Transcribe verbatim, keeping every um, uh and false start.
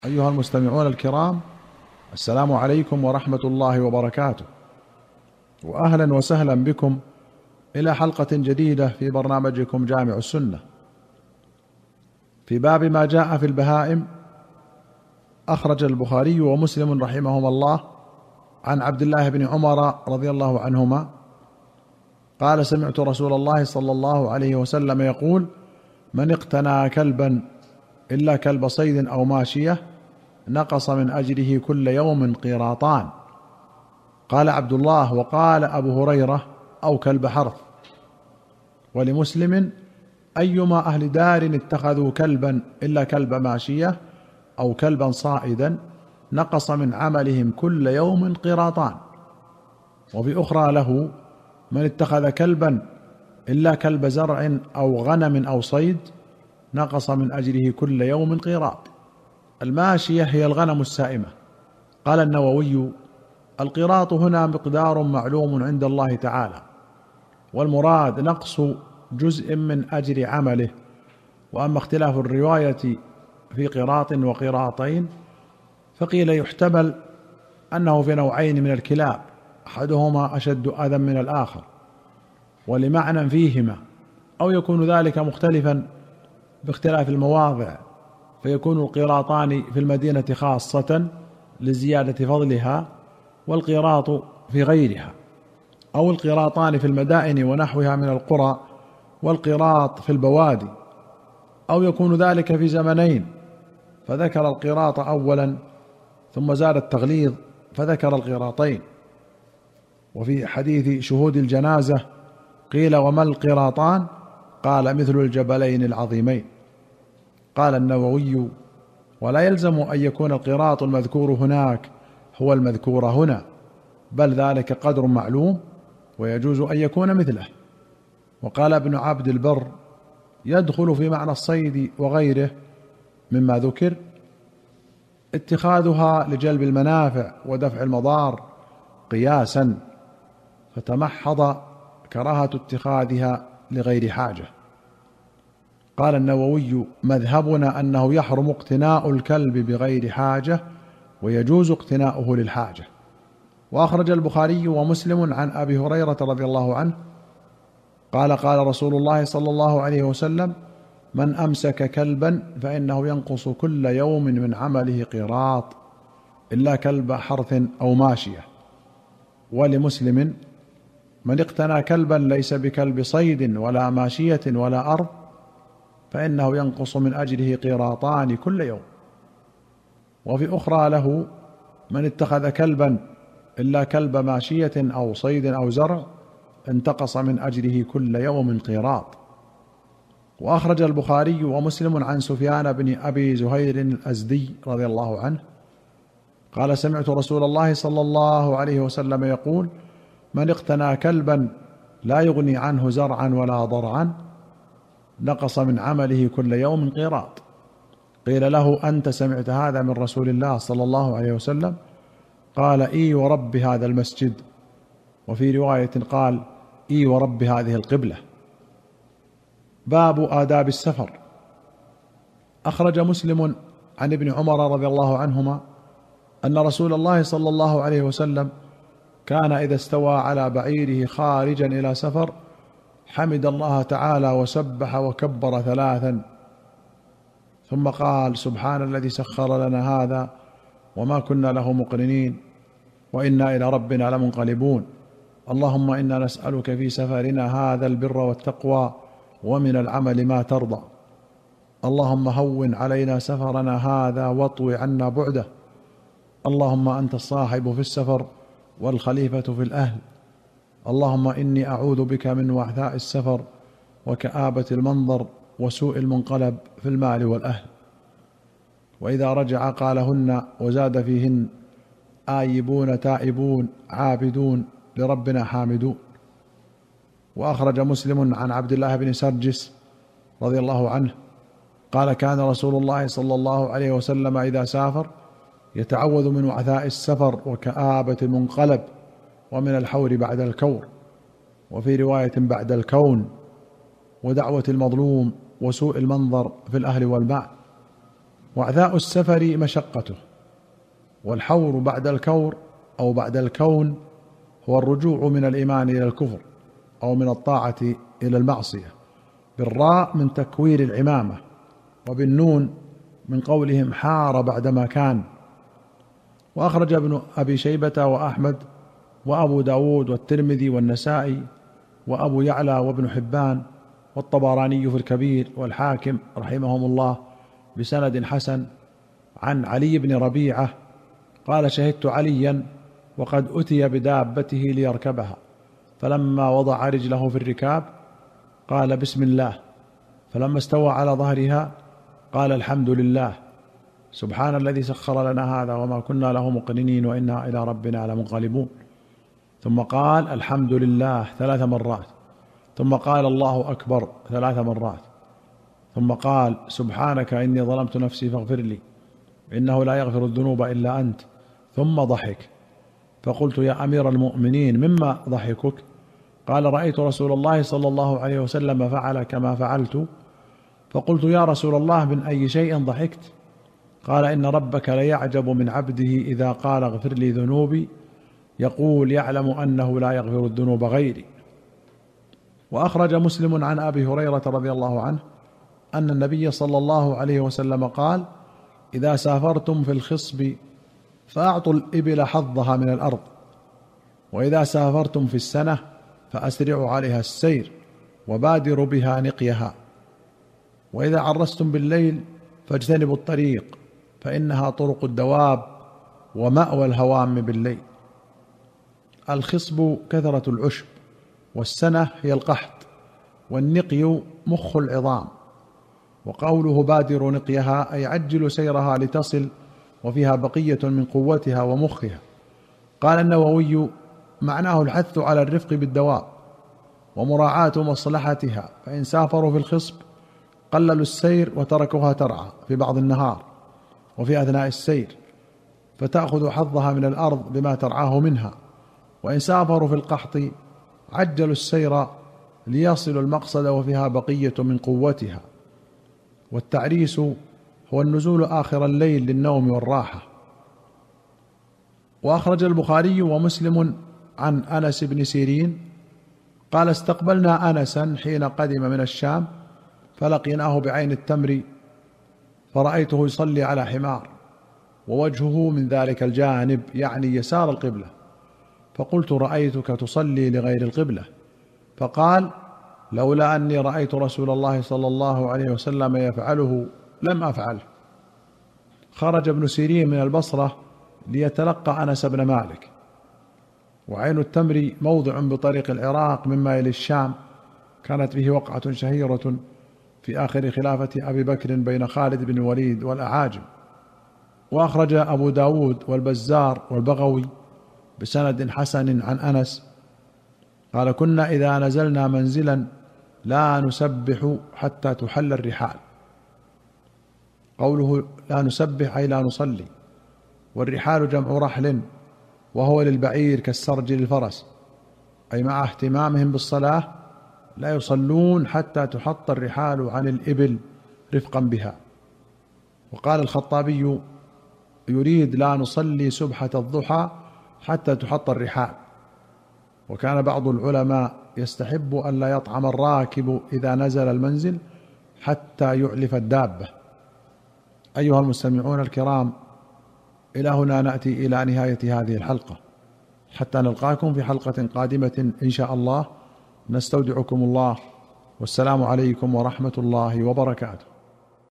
أيها المستمعون الكرام، السلام عليكم ورحمة الله وبركاته، وأهلا وسهلا بكم إلى حلقة جديدة في برنامجكم جامع السنة. في باب ما جاء في البهائم، أخرج البخاري ومسلم رحمهما الله عن عبد الله بن عمر رضي الله عنهما قال: سمعت رسول الله صلى الله عليه وسلم يقول: من اقتنى كلبا إلا كلب صيد أو ماشية نقص من أجره كل يوم قيراطان. قال عبد الله: وقال أبو هريرة: أو كلب حرث. ولمسلم: أيما أهل دار اتخذوا كلبا إلا كلب ماشية أو كلبا صائدا نقص من عملهم كل يوم قيراطان. وفي أخرى له: من اتخذ كلبا إلا كلب زرع أو غنم أو صيد نقص من أجره كل يوم قيراط. الماشية هي الغنم السائمة. قال النووي: القيراط هنا مقدار معلوم عند الله تعالى، والمراد نقص جزء من أجر عمله. وأما اختلاف الرواية في قيراط وقيراطين فقيل يحتمل أنه في نوعين من الكلاب، أحدهما أشد أذى من الآخر ولمعنى فيهما، أو يكون ذلك مختلفا باختلاف المواضع، فيكون القيراطان في المدينة خاصة لزيادة فضلها، والقيراط في غيرها، أو القيراطان في المدائن ونحوها من القرى، والقيراط في البوادي، أو يكون ذلك في زمنين، فذكر القيراط أولا ثم زاد التغليظ فذكر القيراطين. وفي حديث شهود الجنازة قيل: وما القيراطان؟ قال: مثل الجبلين العظيمين. قال النووي: ولا يلزم أن يكون القيراط المذكور هناك هو المذكور هنا، بل ذلك قدر معلوم ويجوز أن يكون مثله. وقال ابن عبد البر: يدخل في معنى الصيد وغيره مما ذكر اتخاذها لجلب المنافع ودفع المضار قياسا، فتمحض كراهة اتخاذها لغير حاجة. قال النووي: مذهبنا أنه يحرم اقتناء الكلب بغير حاجة ويجوز اقتناؤه للحاجة. وأخرج البخاري ومسلم عن أبي هريرة رضي الله عنه قال: قال رسول الله صلى الله عليه وسلم: من أمسك كلبا فإنه ينقص كل يوم من عمله قيراط إلا كلب حرث أو ماشية. ولمسلم: من اقتنى كلبا ليس بكلب صيد ولا ماشية ولا أرض فإنه ينقص من أجره قيراطان كل يوم. وفي أخرى له: من اتخذ كلبا إلا كلب ماشية أو صيد أو زرع انتقص من أجره كل يوم قيراط. وأخرج البخاري ومسلم عن سفيان بن أبي زهير الأزدي رضي الله عنه قال: سمعت رسول الله صلى الله عليه وسلم يقول: من اقتنى كلبا لا يغني عنه زرعا ولا ضرعا نقص من عمله كل يوم قيراط. قيل له: أنت سمعت هذا من رسول الله صلى الله عليه وسلم؟ قال: إي ورب هذا المسجد. وفي رواية قال: إي ورب هذه القبلة. باب آداب السفر. أخرج مسلم عن ابن عمر رضي الله عنهما أن رسول الله صلى الله عليه وسلم كان إذا استوى على بعيره خارجا إلى سفر حمد الله تعالى وسبح وكبر ثلاثا، ثم قال: سبحان الذي سخر لنا هذا وما كنا له مقرنين وإنا إلى ربنا لمنقلبون، اللهم إنا نسألك في سفرنا هذا البر والتقوى ومن العمل ما ترضى، اللهم هون علينا سفرنا هذا واطو عنا بعده، اللهم أنت الصاحب في السفر والخليفة في الأهل، اللهم إني أعوذ بك من وعثاء السفر وكآبة المنظر وسوء المنقلب في المال والأهل. وإذا رجع قالهن وزاد فيهن: آيبون تائبون عابدون لربنا حامدون. وأخرج مسلم عن عبد الله بن سرجس رضي الله عنه قال: كان رسول الله صلى الله عليه وسلم إذا سافر يتعوذ من وعثاء السفر وكآبة المنقلب ومن الحور بعد الكور، وفي رواية بعد الكون، ودعوة المظلوم وسوء المنظر في الأهل والمال. وعثاء السفر مشقته، والحور بعد الكور أو بعد الكون هو الرجوع من الإيمان إلى الكفر أو من الطاعة إلى المعصية، بالراء من تكوير العمامة، وبالنون من قولهم حار بعدما كان. وأخرج ابن أبي شيبة وأحمد وأبو داود والترمذي والنسائي وأبو يعلى وابن حبان والطبراني في الكبير والحاكم رحمهم الله بسند حسن عن علي بن ربيعة قال: شهدت عليا وقد أتي بدابته ليركبها، فلما وضع رجله في الركاب قال: بسم الله، فلما استوى على ظهرها قال: الحمد لله، سبحان الذي سخر لنا هذا وما كنا له مقرنين وإنا إلى ربنا لمنقلبون. ثم قال: الحمد لله ثلاث مرات، ثم قال: الله أكبر ثلاث مرات، ثم قال: سبحانك إني ظلمت نفسي فاغفر لي إنه لا يغفر الذنوب إلا أنت، ثم ضحك. فقلت: يا أمير المؤمنين مما ضحكك؟ قال: رأيت رسول الله صلى الله عليه وسلم فعل كما فعلت. فقلت: يا رسول الله من أي شيء ضحكت؟ قال: إن ربك ليعجب من عبده إذا قال اغفر لي ذنوبي يقول يعلم أنه لا يغفر الذنوب غيري. وأخرج مسلم عن أبي هريرة رضي الله عنه أن النبي صلى الله عليه وسلم قال: إذا سافرتم في الخصب فأعطوا الإبل حظها من الأرض، وإذا سافرتم في السنة فأسرعوا عليها السير وبادروا بها نقيها، وإذا عرستم بالليل فاجتنبوا الطريق فإنها طرق الدواب ومأوى الهوام بالليل. الخصب كثرة العشب، والسنة هي القحط، والنقي مخ العظام. وقوله بادروا نقيها أي عجلوا سيرها لتصل وفيها بقية من قوتها ومخها. قال النووي: معناه الحث على الرفق بالدواب ومراعاة مصلحتها، فإن سافروا في الخصب قللوا السير وتركوها ترعى في بعض النهار وفي أثناء السير فتأخذ حظها من الأرض بما ترعاه منها، وإن سافروا في القحط عجلوا السير ليصلوا المقصد وفيها بقية من قوتها. والتعريس هو النزول آخر الليل للنوم والراحة. وأخرج البخاري ومسلم عن أنس بن سيرين قال: استقبلنا أنسا حين قدم من الشام فلقيناه بعين التمر، فرأيته يصلي على حمار ووجهه من ذلك الجانب، يعني يسار القبلة، فقلت: رأيتك تصلي لغير القبلة. فقال: لولا أني رأيت رسول الله صلى الله عليه وسلم يفعله لم أفعله. خرج ابن سيرين من البصرة ليتلقى أنس بن مالك، وعين التمر موضع بطريق العراق مما يلي الشام، كانت به وقعة شهيرة في آخر خلافة أبي بكر بين خالد بن الوليد والأعاجم. وأخرج أبو داود والبزار والبغوي بسند حسن عن أنس قال: كنا إذا نزلنا منزلا لا نسبح حتى تحل الرحال. قوله لا نسبح أي لا نصلي، والرحال جمع رحل وهو للبعير كالسرج للفرس، أي مع اهتمامهم بالصلاة لا يصلون حتى تحط الرحال عن الإبل رفقا بها. وقال الخطابي: يريد لا نصلي سبحة الضحى حتى تحط الرحال. وكان بعض العلماء يستحب أن لا يطعم الراكب إذا نزل المنزل حتى يعلف الدابة. أيها المستمعون الكرام، إلى هنا نأتي إلى نهاية هذه الحلقة، حتى نلقاكم في حلقة قادمة إن شاء الله. نستودعكم الله، والسلام عليكم ورحمة الله وبركاته.